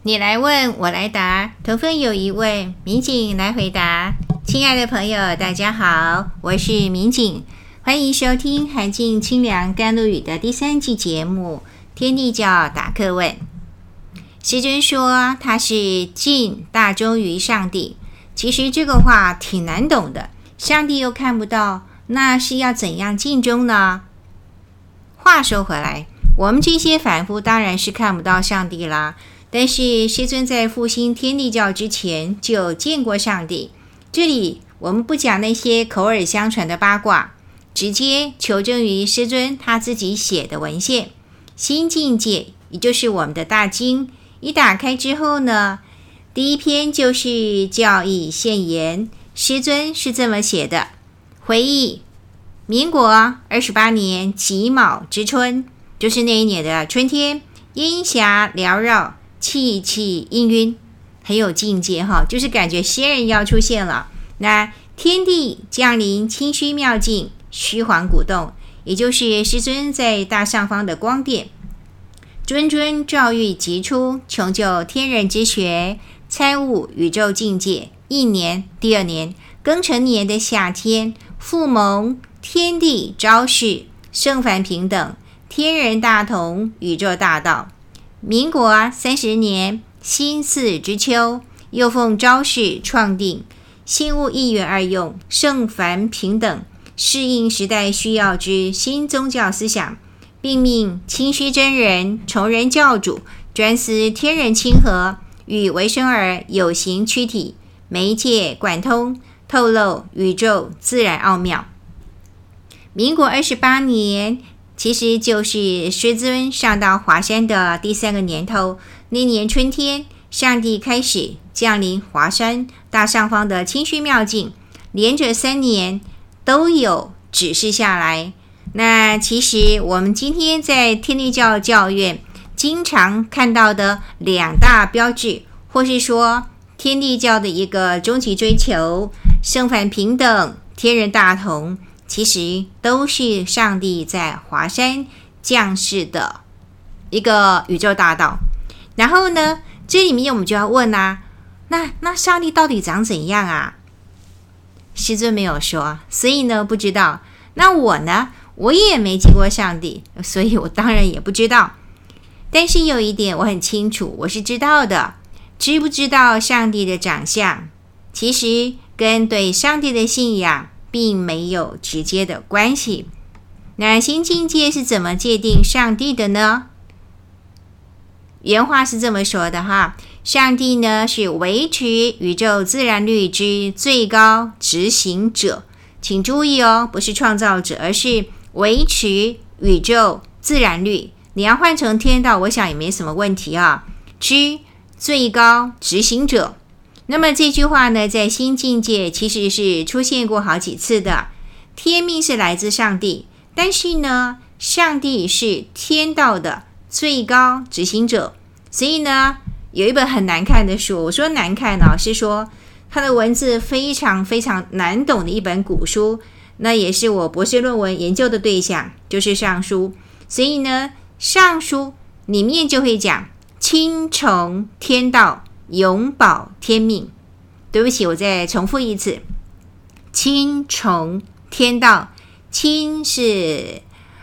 你来问，我来答，同分有疑问，民警来回答。亲爱的朋友，大家好，我是民警，欢迎收听寒静清凉甘露雨的第3季节目《天地教答客问》。师尊说他是敬大忠于上帝，其实这个话挺难懂的，上帝又看不到，那是要怎样尽忠呢？话说回来，我们这些凡夫当然是看不到上帝啦，但是师尊在复兴天地教之前就见过上帝。这里我们不讲那些口耳相传的八卦，直接求证于师尊他自己写的文献。新境界也就是我们的大经一打开之后呢，第一篇就是教义献言，师尊是这么写的：回忆民国28年己卯之春，就是那一年的春天，烟霞缭绕，气气氤氲，很有境界哈，就是感觉仙人要出现了。那天地降临，清虚妙境，虚晃鼓动，也就是师尊在大上方的光殿，谆谆照育急出，穷究天人之学，参悟宇宙境界。一年，第二年，庚辰年的夏天，复蒙天地昭示，圣凡平等，天人大同，宇宙大道。民国30年辛巳之秋，又奉昭示创定心物一元二用，圣凡平等，适应时代需要之新宗教思想，并命清虚真人崇仁教主，专司天人亲和，与微生儿有形躯体媒介贯通，透露宇宙自然奥妙。民国28年，其实就是师尊上到华山的第3个年头。那年春天，上帝开始降临华山大上方的清虚妙境，连着3年都有指示下来。那其实我们今天在天地教教院经常看到的2大标志，或是说天地教的一个终极追求，圣凡平等，天人大同，其实都是上帝在华山降世的一个宇宙大道。然后呢，这里面我们就要问啊，那上帝到底长怎样啊？师尊没有说，所以呢不知道。那我呢，我也没见过上帝，所以我当然也不知道。但是有一点我很清楚，我是知道的，知不知道上帝的长相，其实跟对上帝的信仰并没有直接的关系。那新境界是怎么界定上帝的呢？原话是这么说的哈，上帝呢是维持宇宙自然律之最高执行者，请注意哦，不是创造者，而是维持宇宙自然律。你要换成天道，我想也没什么问题啊。之最高执行者，那么这句话呢，在新境界其实是出现过好几次的。天命是来自上帝，但是呢，上帝是天道的最高执行者。所以呢，有一本很难看的书，我说难看呢，是说它的文字非常非常难懂的一本古书，那也是我博士论文研究的对象，就是上书。所以呢，上书里面就会讲亲从天道，永保天命。对不起，我再重复一次，亲从天道，亲是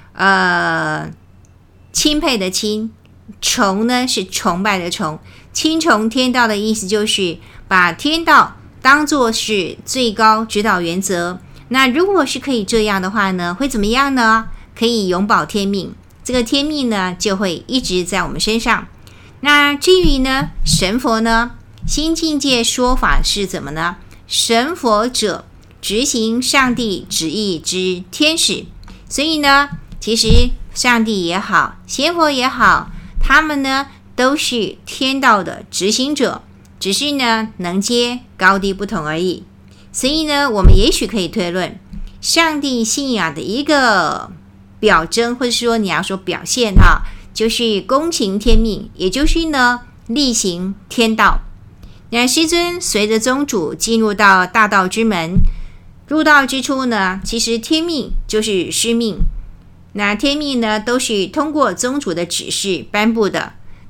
钦佩的钦，崇呢是崇拜的崇。亲从天道的意思就是把天道当作是最高指导原则。那如果是可以这样的话呢，会怎么样呢？可以永保天命，这个天命呢就会一直在我们身上。那至于呢神佛呢，新境界说法是怎么呢？神佛者，执行上帝旨意之天使。所以呢，其实上帝也好，仙佛也好，他们呢都是天道的执行者，只是呢能阶高低不同而已。所以呢，我们也许可以推论，上帝信仰的一个表征，或者说你要说表现哈，就是躬行天命，也就是呢力行天道。那师尊随着宗主进入到大道之门，入道之初呢，其实天命就是师命。那天命呢，都是通过宗主的指示颁布的。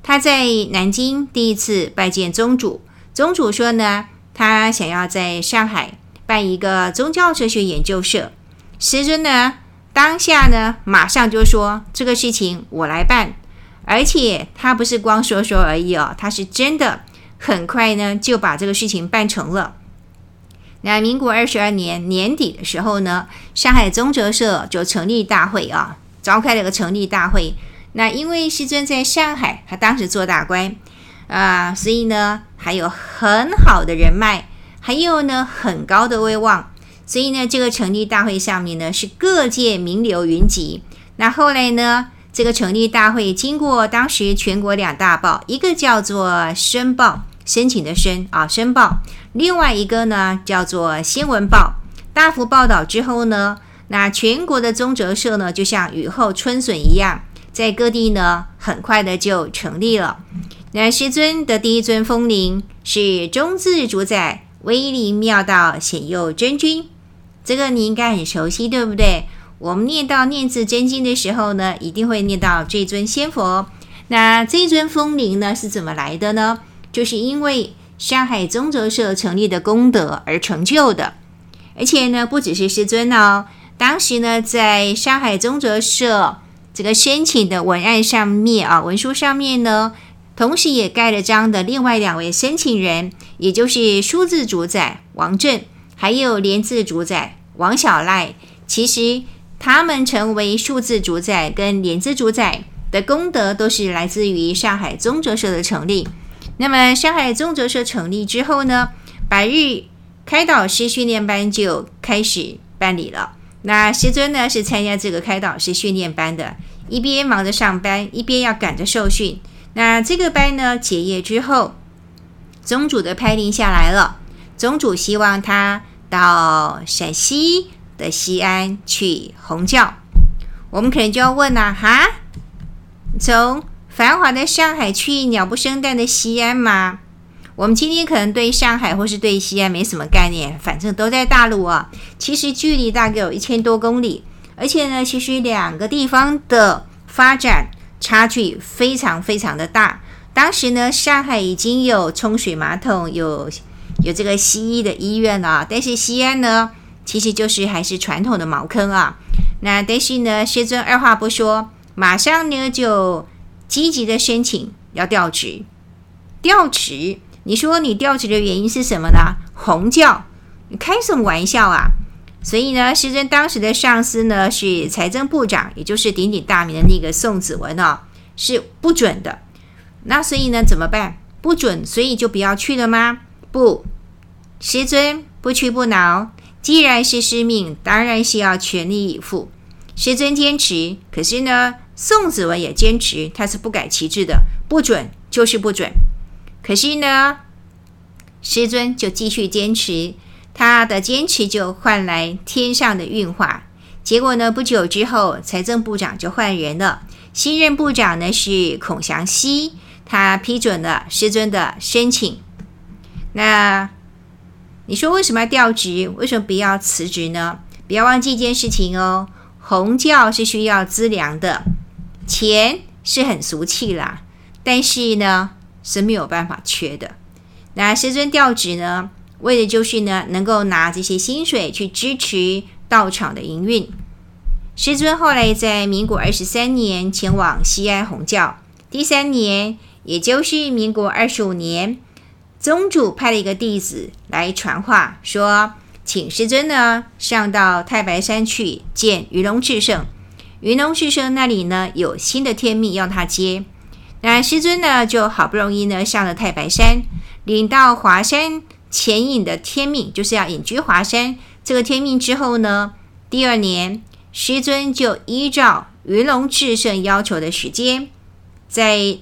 他在南京第一次拜见宗主，宗主说呢，他想要在上海办一个宗教哲学研究社。师尊呢，当下呢，马上就说这个事情我来办，而且他不是光说说而已哦，他是真的很快呢就把这个事情办成了。那民国22年年底的时候呢，上海宗哲社就成立大会啊，召开了个成立大会。那因为师尊在上海，他当时做大官所以呢还有很好的人脉，还有呢很高的威望，所以呢这个成立大会上面呢是各界名流云集。那后来呢，这个成立大会经过当时全国2大报，一个叫做《申报》，申请的申申报，另外一个呢叫做《新闻报》，大幅报道之后呢，那全国的宗哲社呢就像雨后春笋一样，在各地呢很快的就成立了。那师尊的第一尊风铃是中字主宰威灵妙道显佑真君，这个你应该很熟悉，对不对？我们念到念字真经的时候呢，一定会念到这尊仙佛。那这尊风铃呢是怎么来的呢？就是因为上海宗哲社成立的功德而成就的。而且呢不只是师尊哦，当时呢在上海宗哲社这个申请的文案上面文书上面呢，同时也盖了章的另外2位申请人，也就是书字主宰王震，还有连字主宰王小赖。其实他们成为数字主宰跟连字主宰的功德都是来自于上海宗哲社的成立。那么上海宗哲社成立之后呢，百日开导师训练班就开始办理了。那师尊呢是参加这个开导师训练班的，一边忙着上班，一边要赶着受训。那这个班呢结业之后，宗主的派令下来了，宗主希望他到陕西的西安去弘教。我们可能就要问从繁华的上海去鸟不生蛋的西安吗？我们今天可能对上海或是对西安没什么概念，反正都在大陆啊。其实距离大概有1000多公里，而且呢，其实2个地方的发展差距非常非常的大。当时呢，上海已经有冲水马桶，有这个西医的医院了，但是西安呢，其实就是还是传统的茅坑啊。那但是呢，师尊二话不说，马上呢就积极的申请要调职。你说你调职的原因是什么呢？弘教，你开什么玩笑啊？所以呢，师尊当时的上司呢是财政部长，也就是鼎鼎大名的那个宋子文是不准的。那所以呢怎么办？不准，所以就不要去了吗？不，师尊不屈不挠，既然是师命，当然是要全力以赴。师尊坚持，可是呢，宋子文也坚持，他是不改其志的，不准就是不准。可是呢，师尊就继续坚持，他的坚持就换来天上的运化。结果呢，不久之后，财政部长就换人了，新任部长呢是孔祥熙，他批准了师尊的申请。那你说为什么要调职？为什么不要辞职呢？不要忘记一件事情哦，弘教是需要资粮的，钱是很俗气啦，但是呢是没有办法缺的。那师尊调职呢，为的就是呢能够拿这些薪水去支持道场的营运。师尊后来在民国23年前往西安弘教，第3年，也就是民国25年，宗主派了一个弟子来传话，说请师尊呢上到太白山去见云龙至圣。云龙至圣那里呢有新的天命要他接。那师尊呢就好不容易呢上了太白山，领到华山潜隐的天命，就是要隐居华山这个天命之后呢，第2年师尊就依照云龙至圣要求的时间，在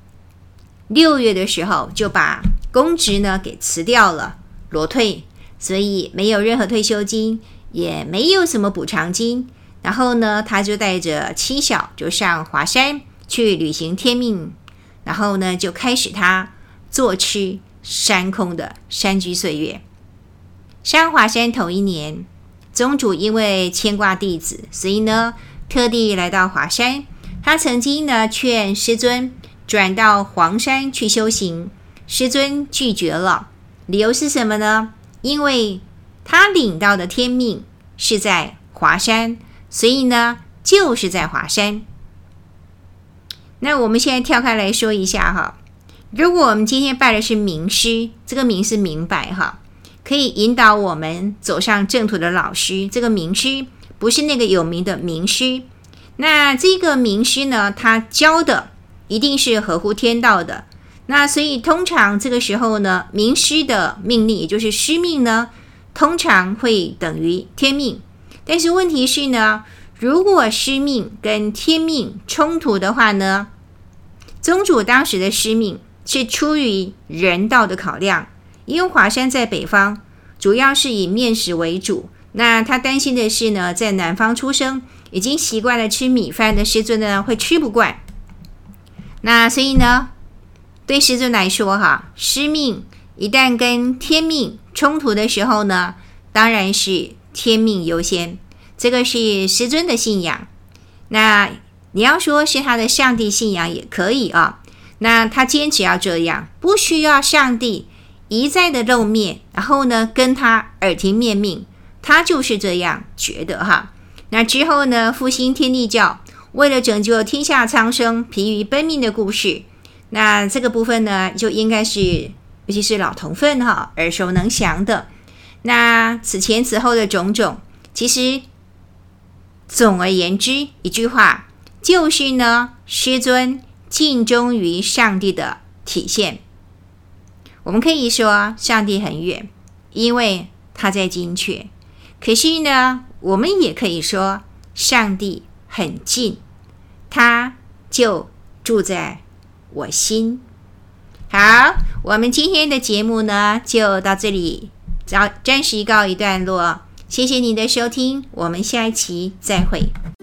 6月的时候就把公职呢给辞掉了，裸退，所以没有任何退休金，也没有什么补偿金。然后呢，他就带着妻小就上华山去履行天命，然后呢就开始他坐吃山空的山居岁月。上华山头1年，宗主因为牵挂弟子，所以呢特地来到华山。他曾经呢劝师尊转到黄山去修行，师尊拒绝了。理由是什么呢？因为他领到的天命是在华山，所以呢就是在华山。那我们现在跳开来说一下哈，如果我们今天拜的是名师，这个名是明白哈，可以引导我们走上正途的老师，这个名师不是那个有名的名师。那这个名师呢，他教的一定是合乎天道的。那所以通常这个时候呢，名师的命令也就是师命呢，通常会等于天命。但是问题是呢，如果师命跟天命冲突的话呢，宗主当时的师命是出于人道的考量，因为华山在北方，主要是以面食为主。那他担心的是呢，在南方出生，已经习惯了吃米饭的师尊呢，会吃不惯。那所以呢，对师尊来说哈，师命一旦跟天命冲突的时候呢，当然是天命优先，这个是师尊的信仰。那你要说是他的上帝信仰也可以啊。那他坚持要这样，不需要上帝一再的露面，然后呢跟他耳提面命，他就是这样觉得哈。那之后呢，复兴天地教，为了拯救天下苍生，疲于奔命的故事，那这个部分呢，就应该是尤其是老同分哈耳熟能详的。那此前此后的种种，其实总而言之一句话，就是呢，师尊尽忠于上帝的体现。我们可以说上帝很远，因为他在精确。可是呢，我们也可以说上帝很近，他就住在我心。好，我们今天的节目呢，就到这里，暂时告一段落。谢谢你的收听，我们下一期再会。